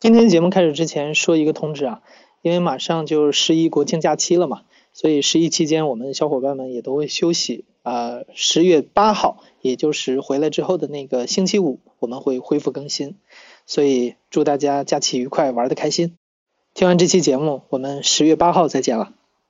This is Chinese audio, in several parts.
今天节目开始之前说一个通知啊，因为马上就11国庆假期了嘛，所以11期间我们小伙伴们也都会休息。10月8号，也就是回来之后的那个星期五，我们会恢复更新，所以祝大家假期愉快，玩得开心。听完这期节目，我们10月8号再见了。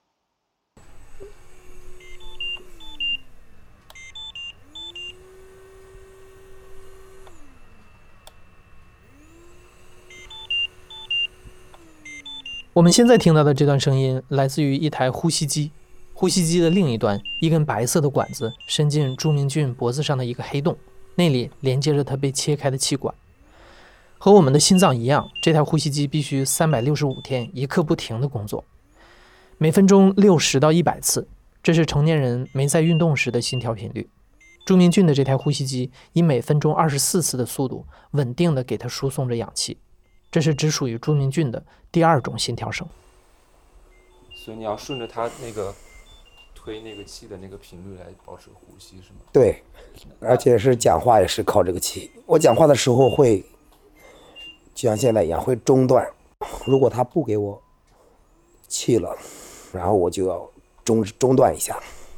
我们现在听到的这段声音来自于一台呼吸机，呼吸机的另一端，一根白色的管子伸进朱明俊脖子上的一个黑洞，那里连接着他被切开的气管。和我们的心脏一样，这台呼吸机必须365天一刻不停的工作，每分钟60到100次，这是成年人没在运动时的心跳频率。朱明俊的这台呼吸机以每分钟24次的速度稳定的给他输送着氧气，这是只属于朱明俊的第2种心跳声。 所以你要顺着他那个推那个气的那个频率来保持呼吸，是吗？ 对，而且是讲话也是靠这个气。我讲话的时候会就像现在一样会中断，如果他不给我气了，然后我就要中断一下。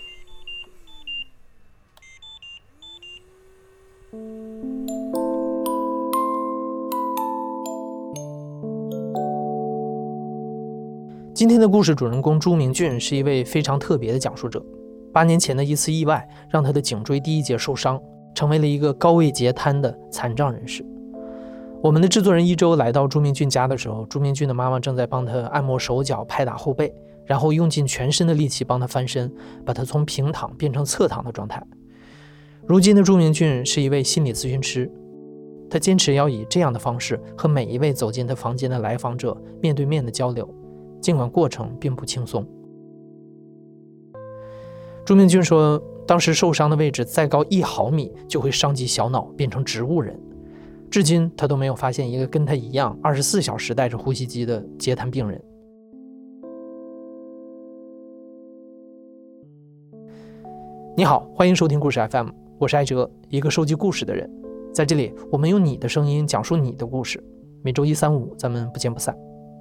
今天的故事主人公朱明俊是一位非常特别的讲述者。8年前的一次意外让他的颈椎第1节受伤，成为了一个高位截瘫的残障人士。我们的制作人一周来到朱明俊家的时候，朱明俊的妈妈正在帮他按摩手脚，拍打后背，然后用尽全身的力气帮他翻身，把他从平躺变成侧躺的状态。如今的朱明俊是一位心理咨询师，他坚持要以这样的方式和每一位走进他房间的来访者面对面的交流，尽管过程并不轻松。朱明俊说，当时受伤的位置再高1毫米就会伤及小脑，变成植物人。至今他都没有发现一个跟他一样24小时带着呼吸机的截瘫病人。你好，欢迎收听故事 FM， 我是艾哲，一个收集故事的人。在这里，我们用你的声音讲述你的故事。每周1、3、5，咱们不见不散。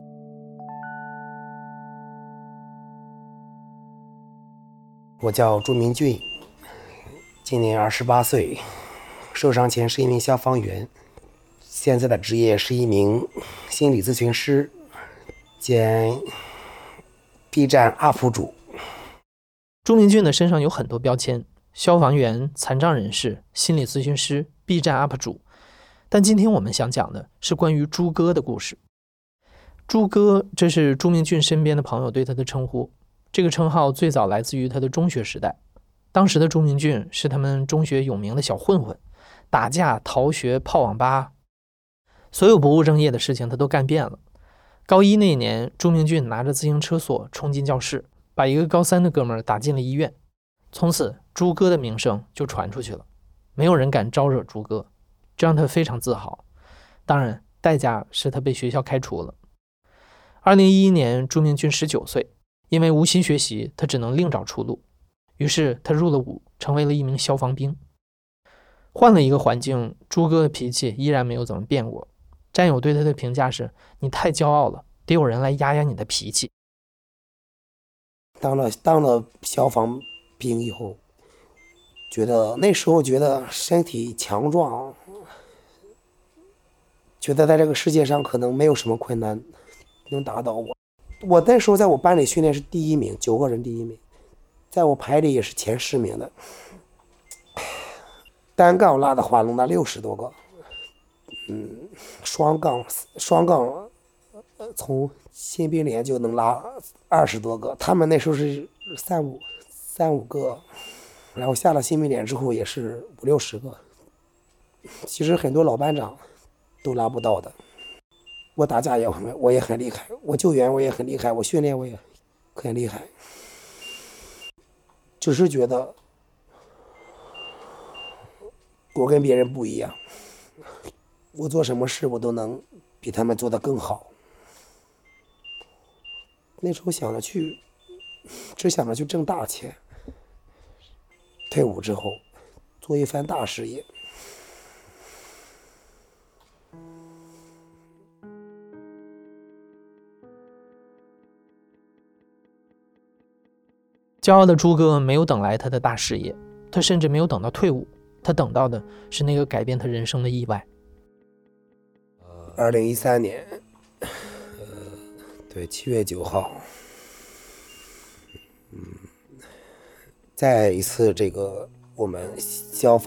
我叫朱明俊，今年28岁，受伤前是一名消防员，现在的职业是一名心理咨询师兼 B 站 UP 主。 朱明俊的身上有很多标签，消防员、残障人士、心理咨询师、B 站 UP 主，但今天我们想讲的是关于朱哥的故事。朱哥，这是朱明俊身边的朋友对他的称呼，这个称号最早来自于他的中学时代。当时的朱明俊是他们中学有名的小混混，打架、逃学、泡网吧，所有不务正业的事情他都干遍了。高1那一年，朱明俊拿着自行车锁冲进教室，把一个高3的哥们儿打进了医院。从此朱哥的名声就传出去了，没有人敢招惹朱哥，这让他非常自豪。当然代价是他被学校开除了。2011年，朱明俊19岁，因为无心学习，他只能另找出路，于是他入了伍，成为了一名消防兵。换了一个环境，朱哥的脾气依然没有怎么变过。战友对他的评价是，你太骄傲了，得有人来压压你的脾气。 当了消防兵以后，那时候觉得身体强壮，觉得在这个世界上可能没有什么困难能打倒我。我那时候在我班里训练是第1名，9个人第1名，在我排里也是前10名的。单杠拉的话能拿60多个，双杠从新兵连就能拉20多个，他们那时候是3-5个，然后下了新兵连之后也是50-60个。其实很多老班长都拉不到的。我打架我也很厉害，我救援我也很厉害，我训练我也很厉害，只是觉得我跟别人不一样，我做什么事我都能比他们做得更好。那时候只想着去挣大钱，退伍之后做一番大事业。 骄傲的朱哥没有等来他的大事业，他甚至没有等到退伍，他等到的是那个改变他人生的意外。 2013年对，7月9号，在一次这个我们消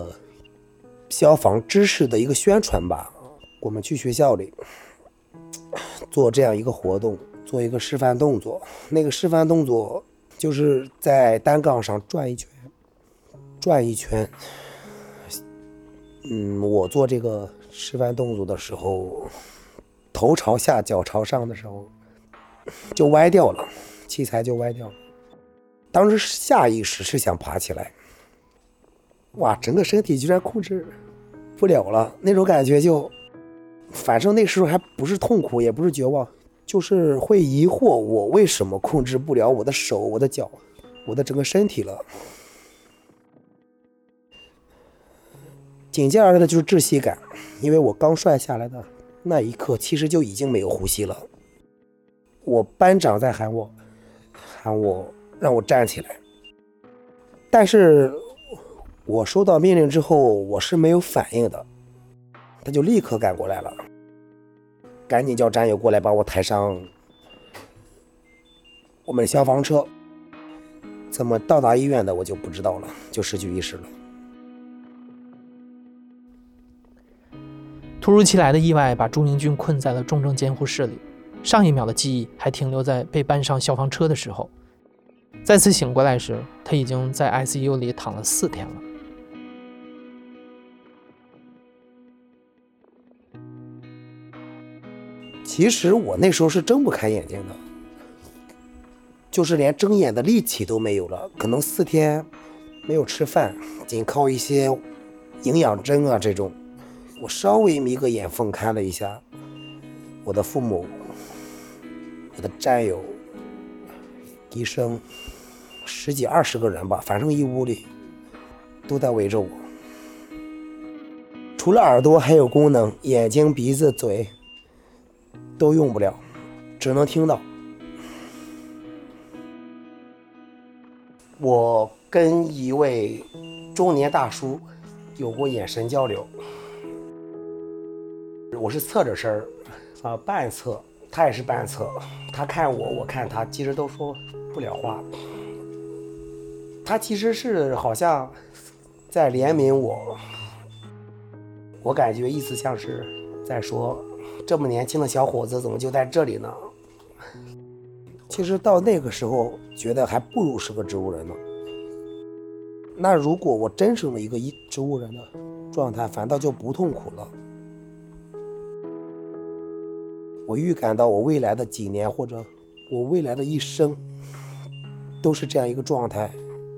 防知识的一个宣传吧，我们去学校里做这样一个活动，做一个示范动作。那个示范动作就是在单杠上转一圈。我做这个示范动作的时候，头朝下脚朝上的时候就歪掉了，器材就歪掉了。当时下意识是想爬起来，哇，整个身体居然控制不了了，那种感觉就，反正那时候还不是痛苦，也不是绝望，就是会疑惑我为什么控制不了我的手、我的脚、我的整个身体了。紧接而来的就是窒息感，因为我刚摔下来的那一刻其实就已经没有呼吸了。我班长在喊我让我站起来，但是我收到命令之后我是没有反应的，他就立刻赶过来了，赶紧叫战友过来把我抬上我们消防车。怎么到达医院的我就不知道了，就失去意识了。 突如其来的意外把朱明俊困在了重症监护室里，上一秒的记忆还停留在被搬上消防车的时候，再次醒过来时，他已经在 ICU 里躺了4天了。 其实我那时候是睁不开眼睛的，就是连睁眼的力气都没有了，可能4天没有吃饭，仅靠一些营养针啊这种。我稍微眯个眼缝看了一下，我的父母、我的战友、医生10几20个人吧，反正一屋里都在围着我。除了耳朵还有功能，眼睛、鼻子、嘴都用不了，只能听到。我跟一位中年大叔有过眼神交流，我是侧着身半侧，他也是半侧，他看我，我看他，其实都说不了话。他其实是好像在怜悯我，我感觉意思像是在说，这么年轻的小伙子怎么就在这里呢？其实到那个时候觉得还不如是个植物人呢。那如果我真成了一个植物人的状态，反倒就不痛苦了。我预感到我未来的几年或者我未来的一生都是这样一个状态，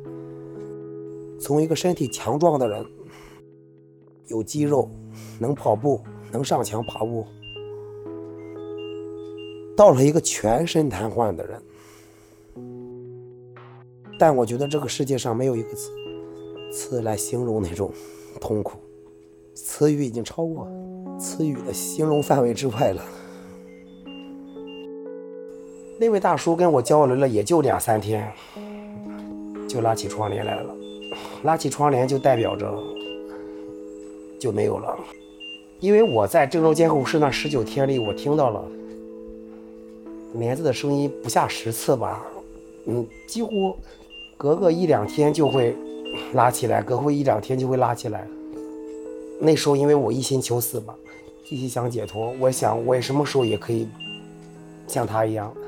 从一个身体强壮的人，有肌肉，能跑步，能上墙爬屋，到了一个全身瘫痪的人。但我觉得这个世界上没有一个词来形容那种痛苦，词语已经超过词语的形容范围之外了。那位大叔跟我交流了也就2、3天，就拉起窗帘来了。拉起窗帘就代表着就没有了，因为我在郑州监护室那19天里，我听到了帘子的声音不下10次吧，几乎隔个1、2天就会拉起来，隔个1、2天就会拉起来。那时候因为我一心求死吧，一心想解脱，我想我也什么时候也可以像他一样。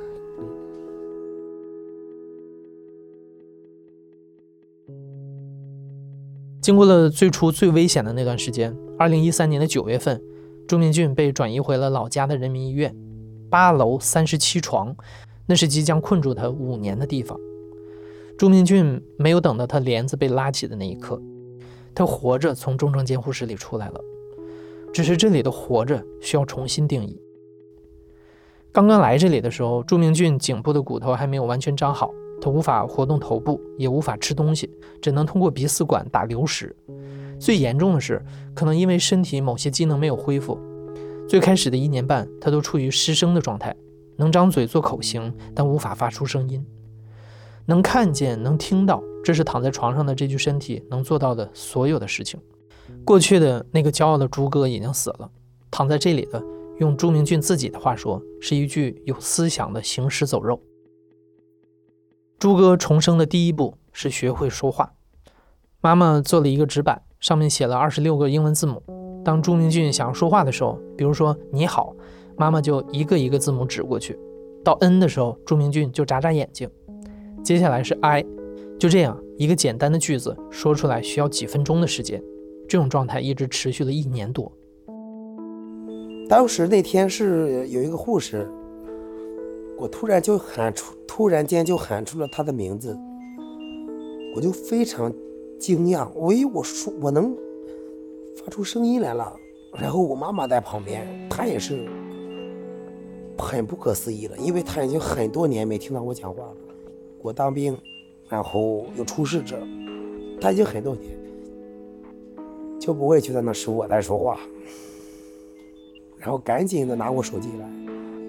经过了最初最危险的那段时间，2013年的9月份，朱明俊被转移回了老家的人民医院，8楼37床，那是即将困住他5年的地方。朱明俊没有等到他帘子被拉起的那一刻，他活着从重症监护室里出来了，只是这里的活着需要重新定义。刚刚来这里的时候，朱明俊颈部的骨头还没有完全长好，他无法活动头部，也无法吃东西，只能通过鼻饲管打流食。最严重的是，可能因为身体某些机能没有恢复，最开始的1年半，他都处于失声的状态，能张嘴做口型，但无法发出声音。 能看见，能听到，这是躺在床上的这具身体能做到的所有的事情。过去的那个骄傲的猪哥已经死了，躺在这里的，用朱明俊自己的话说，是一具有思想的行尸走肉。猪哥重生的第一步是学会说话。妈妈做了一个纸板，上面写了26个英文字母。当朱明俊想要说话的时候，比如说你好，妈妈就一个一个字母指过去。到 N 的时候，朱明俊就眨眨眼睛。接下来是 I， 就这样一个简单的句子说出来需要几分钟的时间。这种状态一直持续了1年多。 当时那天是有一个护士，我突然间就喊出了她的名字，我就非常惊讶，我说我能发出声音来了。然后我妈妈在旁边，她也是很不可思议了，因为她已经很多年没听到我讲话了。我当兵，然后又出事者，她已经很多年就不会觉得那是我在说话，然后赶紧的拿我手机来，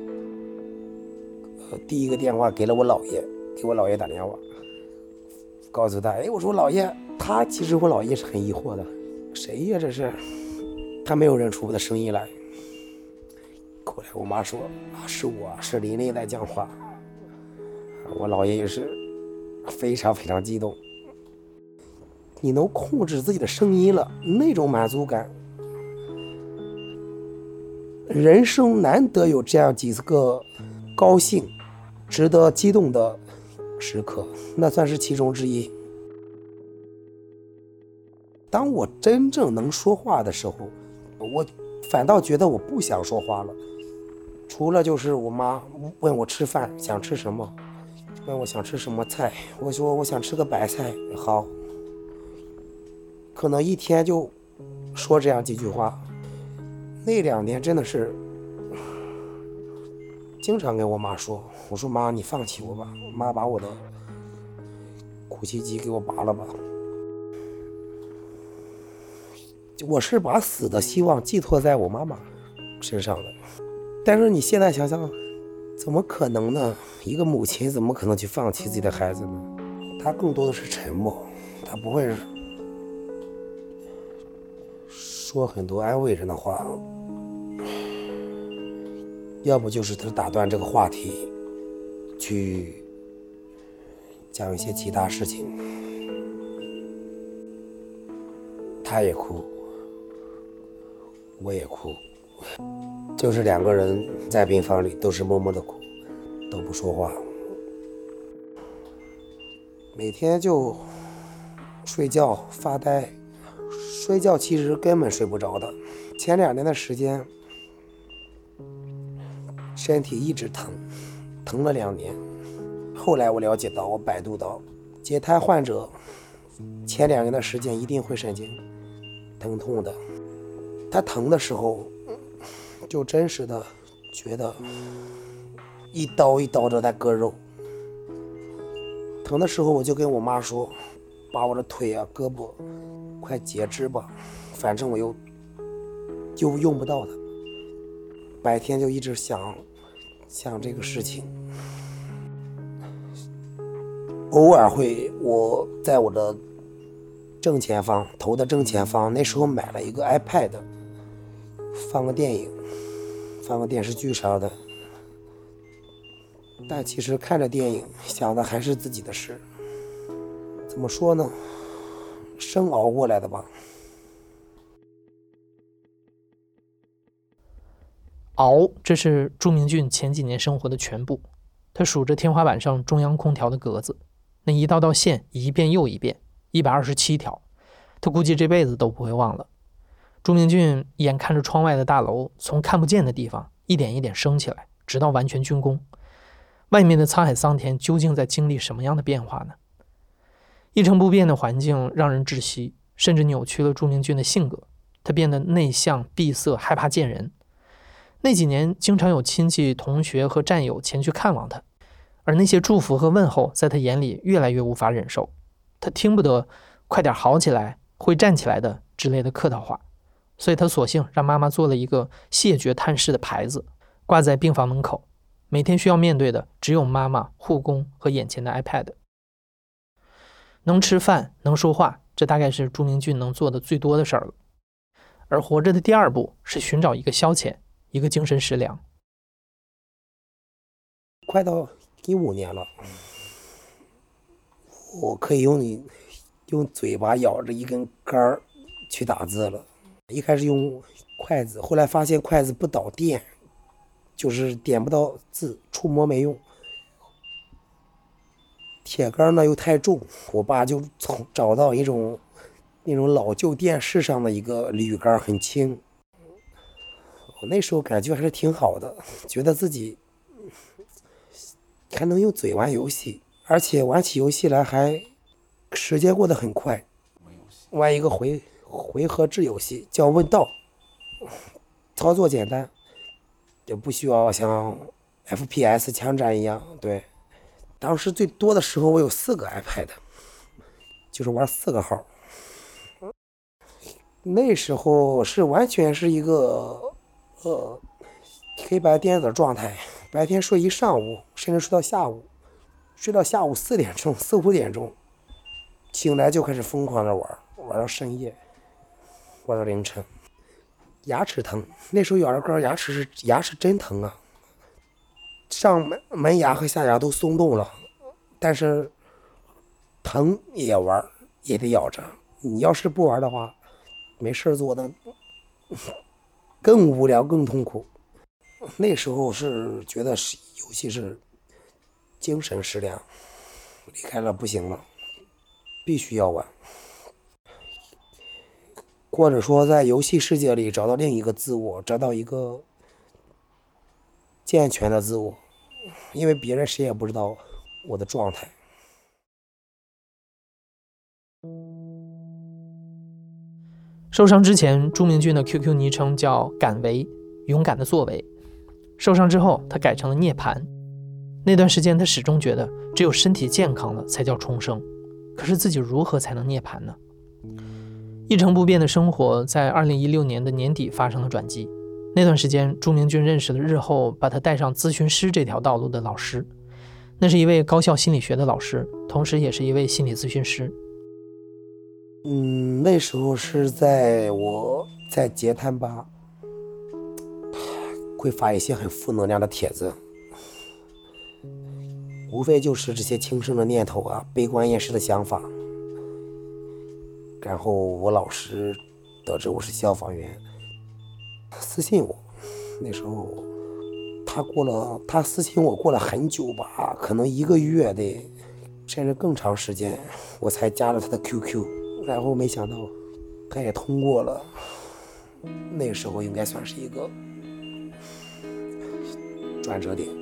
第一个电话给了我姥爷，给我姥爷打电话，告诉他，我说姥爷，其实我姥爷是很疑惑的，谁呀这是？他没有认出我的声音来。后来我妈说，是我，是琳琳在讲话。我姥爷也是非常非常激动。你能控制自己的声音了，那种满足感，人生难得有这样几个高兴、值得激动的时刻，那算是其中之一。当我真正能说话的时候，我反倒觉得我不想说话了。除了就是我妈问我吃饭想吃什么，问我想吃什么菜，我说我想吃个白菜，好，可能一天就说这样几句话。那2年真的是经常跟我妈说，我说妈，你放弃我吧，妈把我的呼吸机给我拔了吧。我是把死的希望寄托在我妈妈身上的，但是你现在想想，怎么可能呢？一个母亲怎么可能去放弃自己的孩子呢？她更多的是沉默，她不会说很多安慰人的话，要不就是她打断这个话题，去讲一些其他事情。她也哭，我也哭，就是2个人在病房里都是默默的哭，都不说话，每天就睡觉发呆，睡觉其实根本睡不着的。前2年的时间，身体一直疼了2年。后来我了解到，我百度到，截瘫患者前2年的时间一定会神经疼痛的。他疼的时候，就真实的觉得一刀一刀的在割肉。疼的时候，我就跟我妈说，把我的腿啊、胳膊快截肢吧，反正我又用不到它。白天就一直想这个事情。偶尔我在我的头的正前方，那时候买了一个 iPad， 放个电影，放个电视剧啥的。但其实看着电影，想的还是自己的事。怎么说呢？生熬过来的吧。 熬，这是朱明俊前几年生活的全部。他数着天花板上中央空调的格子，那一道道线一遍又一遍，127条，他估计这辈子都不会忘了。朱明俊眼看着窗外的大楼从看不见的地方一点一点升起来，直到完全竣工。外面的沧海桑田究竟在经历什么样的变化呢？一成不变的环境让人窒息，甚至扭曲了朱明俊的性格。他变得内向闭塞，害怕见人。那几年经常有亲戚、同学和战友前去看望他，而那些祝福和问候在他眼里越来越无法忍受。他听不得快点好起来，会站起来的之类的客套话，所以他索性让妈妈做了一个谢绝探视的牌子，挂在病房门口。每天需要面对的只有妈妈、护工和眼前的 iPad。 能吃饭，能说话，这大概是朱明俊能做的最多的事儿了。而活着的第二步是寻找一个消遣，一个精神食粮。 快到15年了，我可以用嘴巴咬着一根杆儿去打字了。一开始用筷子，后来发现筷子不导电，就是点不到字，触摸没用。铁杆呢又太重，我爸就找到那种老旧电视上的一个铝杆，很轻。我那时候感觉还是挺好的，觉得自己还能用嘴玩游戏，而且玩起游戏来还时间过得很快。玩一个回合制游戏叫问道，操作简单，也不需要像 FPS 枪战一样。对，当时最多的时候我有4个 iPad， 就是玩4个号。那时候是完全是一个黑白颠子的状态，白天睡一上午，甚至睡到下午4点钟、4、5点钟，醒来就开始疯狂的玩到深夜，玩到凌晨。牙齿疼，那时候咬着根牙齿真疼啊，上门牙和下牙都松动了，但是疼也玩，也得咬着。你要是不玩的话，没事做的更无聊更痛苦。那时候是觉得游戏是精神食粮，离开了不行了，必须要玩，或者说在游戏世界里找到另一个自我，找到一个健全的自我，因为别人谁也不知道我的状态。 受伤之前，朱明俊的 QQ 昵称叫敢为，勇敢的作为。受伤之后，他改成了涅槃。那段时间，他始终觉得只有身体健康了才叫重生。可是自己如何才能涅槃呢？一成不变的生活在2016年的年底发生了转机。那段时间，朱明俊认识了日后把他带上咨询师这条道路的老师。那是一位高校心理学的老师，同时也是一位心理咨询师。 那时候是我在截瘫吧，会发一些很负能量的帖子，无非就是这些轻生的念头啊，悲观厌世的想法。然后我老师得知我是消防员，私信我。那时候他私信我过了很久吧，可能1个月的，甚至更长时间，我才加了他的 QQ。然后没想到他也通过了。那个时候应该算是一个转折点。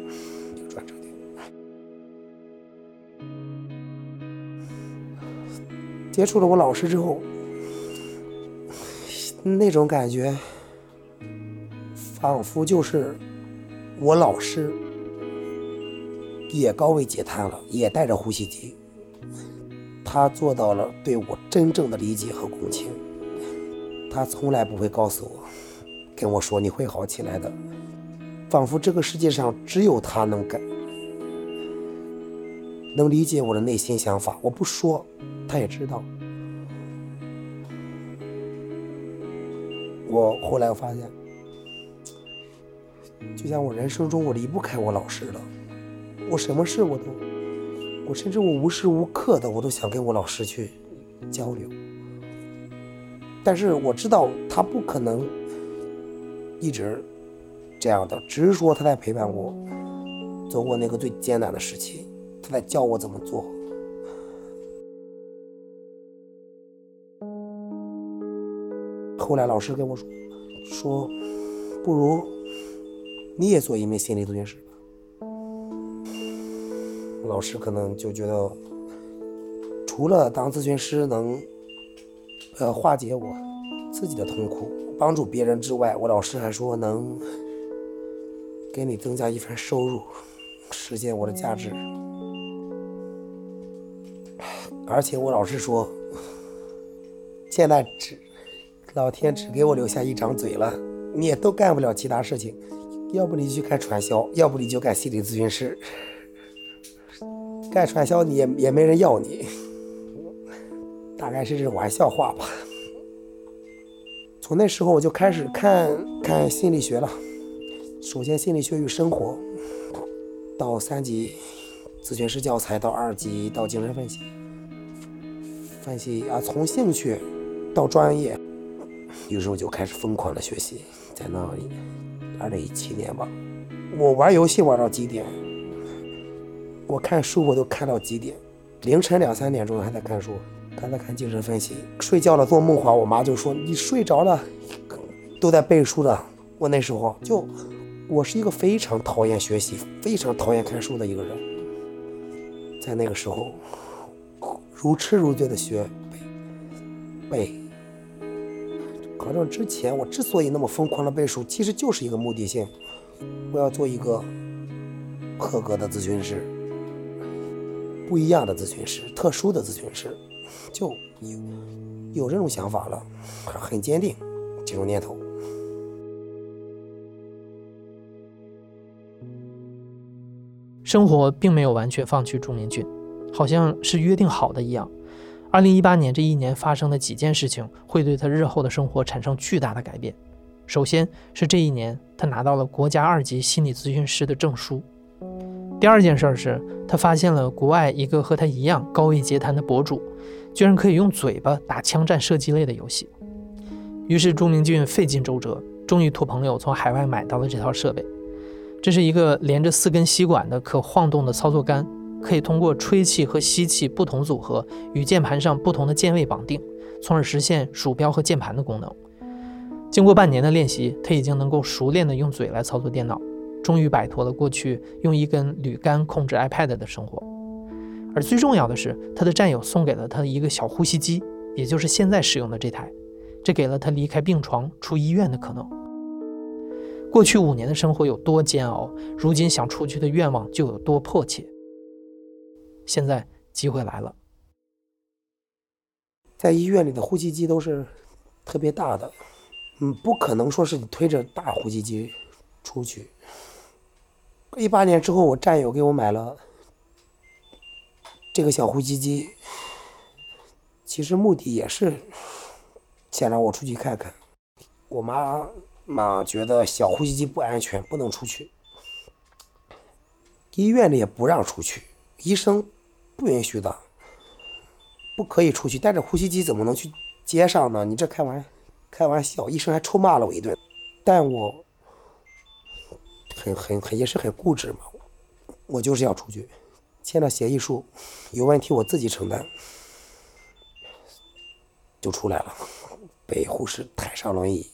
接触了我老师之后，那种感觉仿佛就是我老师也高位截瘫了，也带着呼吸机。他做到了对我真正的理解和共情。他从来不会告诉我，跟我说你会好起来的，仿佛这个世界上只有他能理解我的内心想法。我不说，他也知道。我后来发现，就像我人生中我离不开我老师了，我什么事我甚至我无时无刻的我都想跟我老师去交流，但是我知道他不可能一直这样的，只是说他在陪伴我走过那个最艰难的时期，他在教我怎么做。后来老师跟我说不如你也做一名心理咨询师吧。老师可能就觉得除了当咨询师能化解我自己的痛苦，帮助别人之外，我老师还说能给你增加一份收入，实现我的价值。而且我老师说，现在老天只给我留下一张嘴了，你也都干不了其他事情，要不你去干传销，要不你就干心理咨询师，干传销你也没人要你。 大概是这种玩笑话吧。从那时候我就开始看心理学了，首先心理学与生活，到3级咨询师教材，到2级到精神分析啊，从兴趣到专业，于是我就开始疯狂的学习。在那2017年吧，我玩游戏玩到几点，我看书我都看到几点，凌晨2、3点钟还在看书，还在看精神分析。睡觉了做梦话，我妈就说你睡着了都在背书的。我那时候我是一个非常讨厌学习、非常讨厌看书的一个人，在那个时候如痴如醉的学背。考证之前，我之所以那么疯狂的背书，其实就是一个目的性，我要做一个合格的咨询师，不一样的咨询师，特殊的咨询师，就有这种想法了，很坚定这种念头。 生活并没有完全放弃朱明俊，好像是约定好的一样。2018年这一年发生的几件事情会对他日后的生活产生巨大的改变。首先是这一年他拿到了国家2级心理咨询师的证书。第二件事是他发现了国外一个和他一样高位截谈的博主居然可以用嘴巴打枪战射击类的游戏。于是朱明俊费尽周折，终于托朋友从海外买到了这套设备。这是一个连着4根吸管的可晃动的操作杆，可以通过吹气和吸气不同组合与键盘上不同的键位绑定，从而实现鼠标和键盘的功能。经过半年的练习，他已经能够熟练地用嘴来操作电脑，终于摆脱了过去用一根铝杆控制 iPad 的生活。而最重要的是，他的战友送给了他一个小呼吸机，也就是现在使用的这台，这给了他离开病床出医院的可能。过去5年的生活有多煎熬，如今想出去的愿望就有多迫切。现在机会来了。 在医院里的呼吸机都是特别大的，不可能说是你推着大呼吸机出去。18年之后，我战友给我买了这个小呼吸机，其实目的也是想让我出去看看。我妈觉得小呼吸机不安全，不能出去，医院里也不让出去，医生不允许的，不可以出去，带着呼吸机怎么能去街上呢？你这开玩笑，医生还臭骂了我一顿。但我也是很固执嘛，我就是要出去，签了协议书，有问题我自己承担，就出来了，被护士抬上轮椅，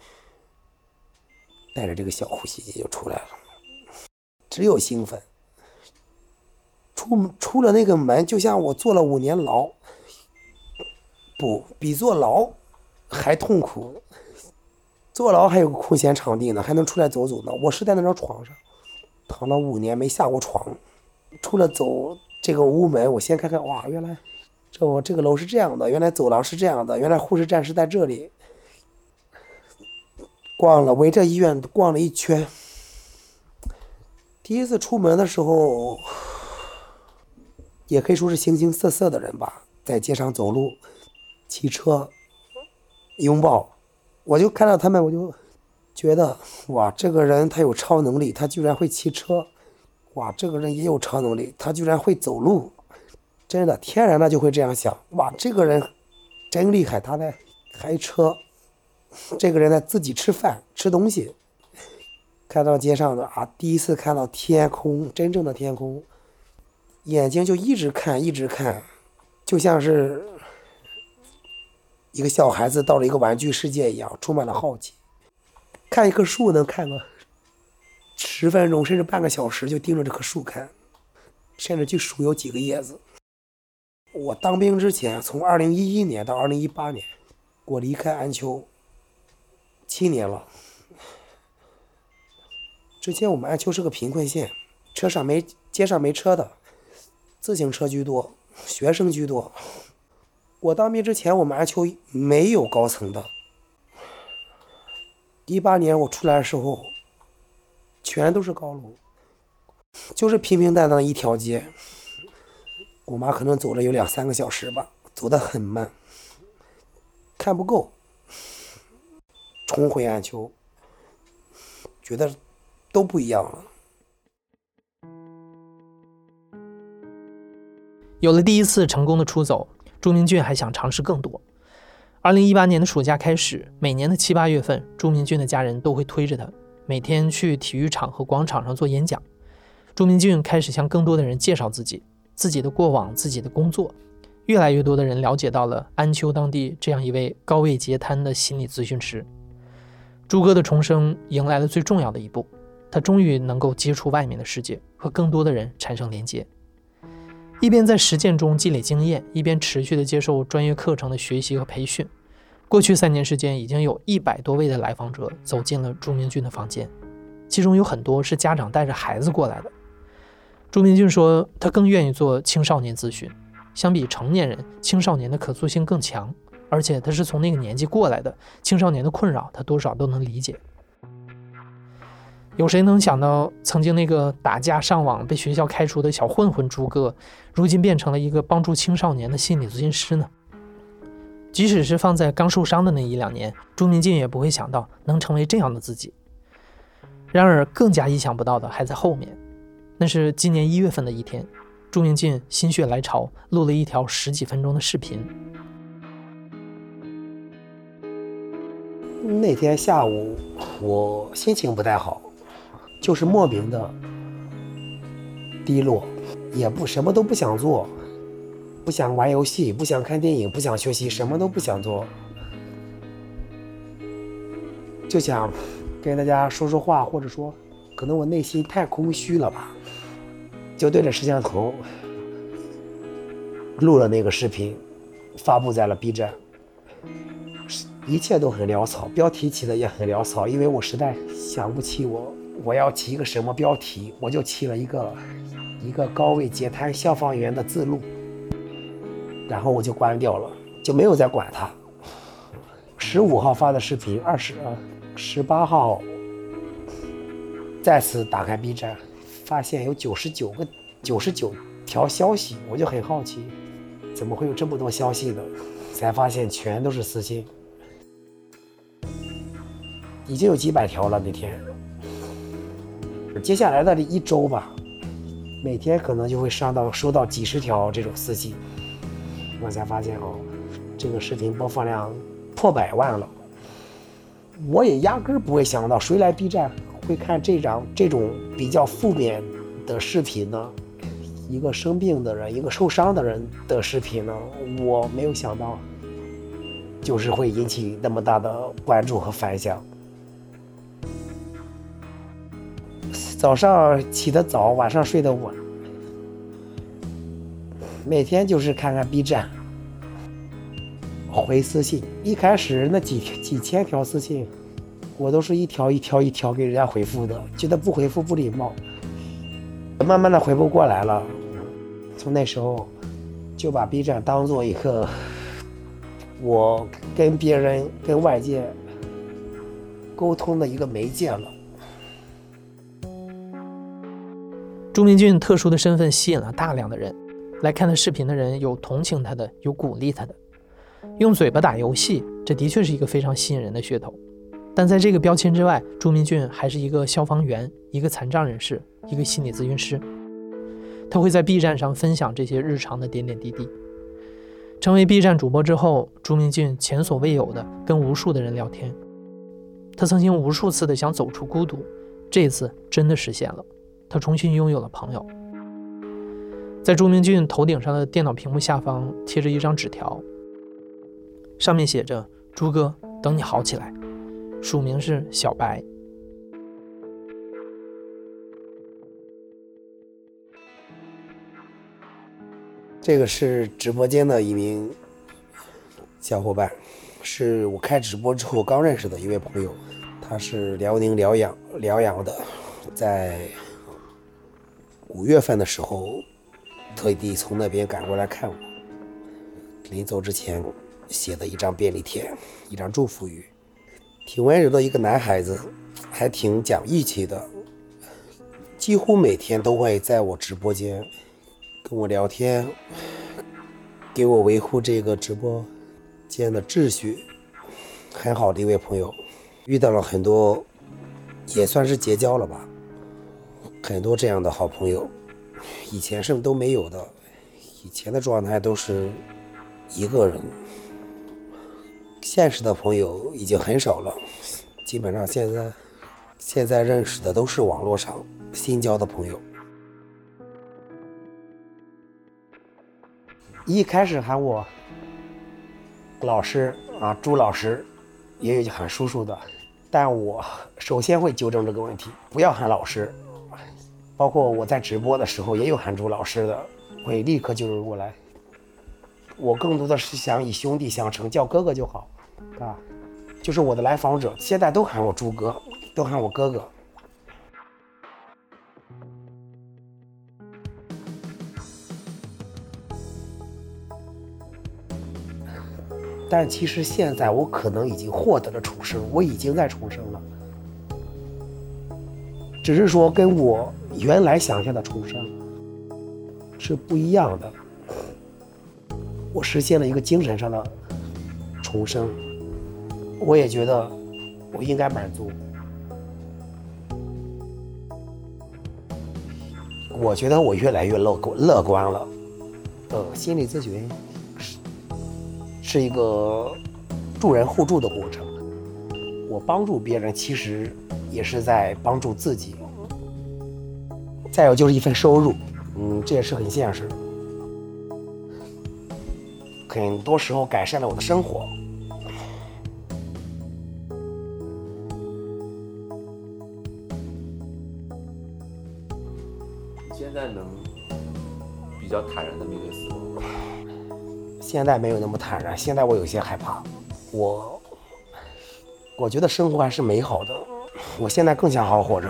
带着这个小呼吸机就出来了，只有兴奋。出了那个门，就像我坐了5年牢，不比坐牢还痛苦。坐牢还有个空闲场地呢，还能出来走走呢。我是在那张床上躺了5年没下过床，出了走这个屋门，我先看看，哇，原来这个楼是这样的，原来走廊是这样的，原来护士站是在这里。围着医院逛了一圈。第一次出门的时候，也可以说是形形色色的人吧，在街上走路、骑车、拥抱，我就看到他们，我就觉得，哇，这个人他有超能力，他居然会骑车。哇，这个人也有超能力，他居然会走路。真的，天然的就会这样想，哇，这个人真厉害，他在开车，这个人在自己吃饭吃东西。看到街上的第一次看到天空，真正的天空，眼睛就一直看，就像是一个小孩子到了一个玩具世界一样，充满了好奇。看一棵树能看个10分钟甚至半个小时，就盯着这棵树看，甚至去数有几个叶子。我当兵之前，从2011年到2018年，我离开安丘7年了。之前我们安丘是个贫困县，街上没车的，自行车居多，学生居多。我当兵之前，我们安丘没有高层的。18年我出来的时候，全都是高楼，就是平平淡淡的一条街。我妈可能走了有2、3个小时吧， 走得很慢，看不够，重回安丘，觉得都不一样了。 有了第一次成功的出走，朱明俊还想尝试更多。2018年的暑假开始，每年的7、8月份，朱明俊的家人都会推着他，每天去体育场和广场上做演讲。朱明俊开始向更多的人介绍自己的过往，自己的工作。越来越多的人了解到了安丘当地这样一位高位截瘫的心理咨询师。朱哥的重生迎来了最重要的一步，他终于能够接触外面的世界，和更多的人产生连接。一边在实践中积累经验，一边持续的接受专业课程的学习和培训。过去3年时间，已经有100多位的来访者走进了朱明俊的房间，其中有很多是家长带着孩子过来的。朱明俊说，他更愿意做青少年咨询，相比成年人，青少年的可塑性更强，而且他是从那个年纪过来的，青少年的困扰他多少都能理解。有谁能想到，曾经那个打架上网被学校开除的小混混朱哥，如今变成了一个帮助青少年的心理咨询师呢？即使是放在刚受伤的那1、2年，朱明俊也不会想到能成为这样的自己。然而更加意想不到的还在后面，那是今年1月份的一天，朱明俊心血来潮录了一条10几分钟的视频。 那天下午我心情不太好，就是莫名的低落，也什么都不想做，不想玩游戏，不想看电影，不想学习，什么都不想做，就想跟大家说说话，或者说可能我内心太空虚了吧，就对着摄像头录了那个视频，发布在了 B 站。一切都很潦草，标题起的也很潦草，因为我实在想不起我要起一个什么标题，我就起了一个高位截瘫消防员的自录，然后我就关掉了，就没有再管它。15号发的视频，18号再次打开 B 站，发现有99条消息，我就很好奇，怎么会有这么多消息呢？才发现全都是私信，已经有几百条了那天。接下来的1周吧，每天可能就会收到几十条这种私信，我才发现这个视频播放量破100万了。我也压根儿不会想到，谁来 B 站会看这种比较负面的视频呢？一个生病的人，一个受伤的人的视频呢？我没有想到，就是会引起那么大的关注和反响。早上起得早，晚上睡得晚，每天就是看看 B 站，回私信。一开始那几千条私信，我都是一条给人家回复的，觉得不回复不礼貌，慢慢的回不过来了。从那时候就把 B 站当做一个我跟别人跟外界沟通的一个媒介了。 朱明俊特殊的身份吸引了大量的人，来看他视频的人有同情他的，有鼓励他的。用嘴巴打游戏，这的确是一个非常吸引人的噱头。但在这个标签之外，朱明俊还是一个消防员，一个残障人士，一个心理咨询师。他会在 B 站上分享这些日常的点点滴滴。成为 B 站主播之后，朱明俊前所未有的跟无数的人聊天。他曾经无数次的想走出孤独，这一次真的实现了，他重新拥有了朋友。在朱明俊头顶上的电脑屏幕下方贴着一张纸条，上面写着：朱哥，等你好起来，署名是小白。 这个是直播间的一名小伙伴，是我开直播之后刚认识的一位朋友，他是辽宁辽阳的，在5月份的时候特地从那边赶过来看我，临走之前写的一张便利贴，一张祝福语，挺温柔的一个男孩子，还挺讲义气的，几乎每天都会在我直播间跟我聊天， 给我维护这个直播间的秩序很好的一位朋友，遇到了很多，也算是结交了吧，很多这样的好朋友，以前是都没有的，以前的状态都是一个人，现实的朋友已经很少了，基本上现在认识的都是网络上新交的朋友。一开始喊我老师啊，朱老师，也有喊叔叔的，但我首先会纠正这个问题，不要喊老师。包括我在直播的时候也有喊朱老师的，会立刻纠正过来。我更多的是想以兄弟相称，叫哥哥就好啊。就是我的来访者现在都喊我朱哥，都喊我哥哥。但其实现在我可能已经获得了重生，我已经在重生了，只是说跟我原来想象的重生是不一样的。我实现了一个精神上的重生，我也觉得我应该满足。我觉得我越来越乐观了。心理咨询是一个助人互助的过程，我帮助别人其实也是在帮助自己。再有就是一份收入，这也是很现实，很多时候改善了我的生活。 你现在能比较坦然的面对死亡吗？ 现在没有那么坦然，现在我有些害怕。我觉得生活还是美好的，我现在更想好好活着。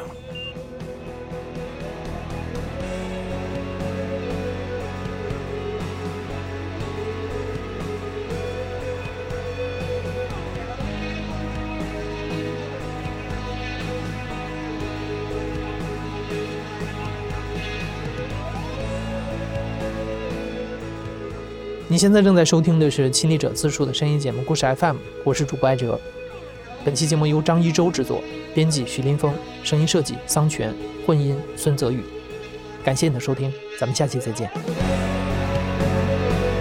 你现在正在收听的是亲历者自述的声音节目故事 FM， 我是主播艾哲。本期节目由张一舟制作，编辑徐林峰，声音设计桑泉，混音孙泽宇。感谢你的收听，咱们下期再见。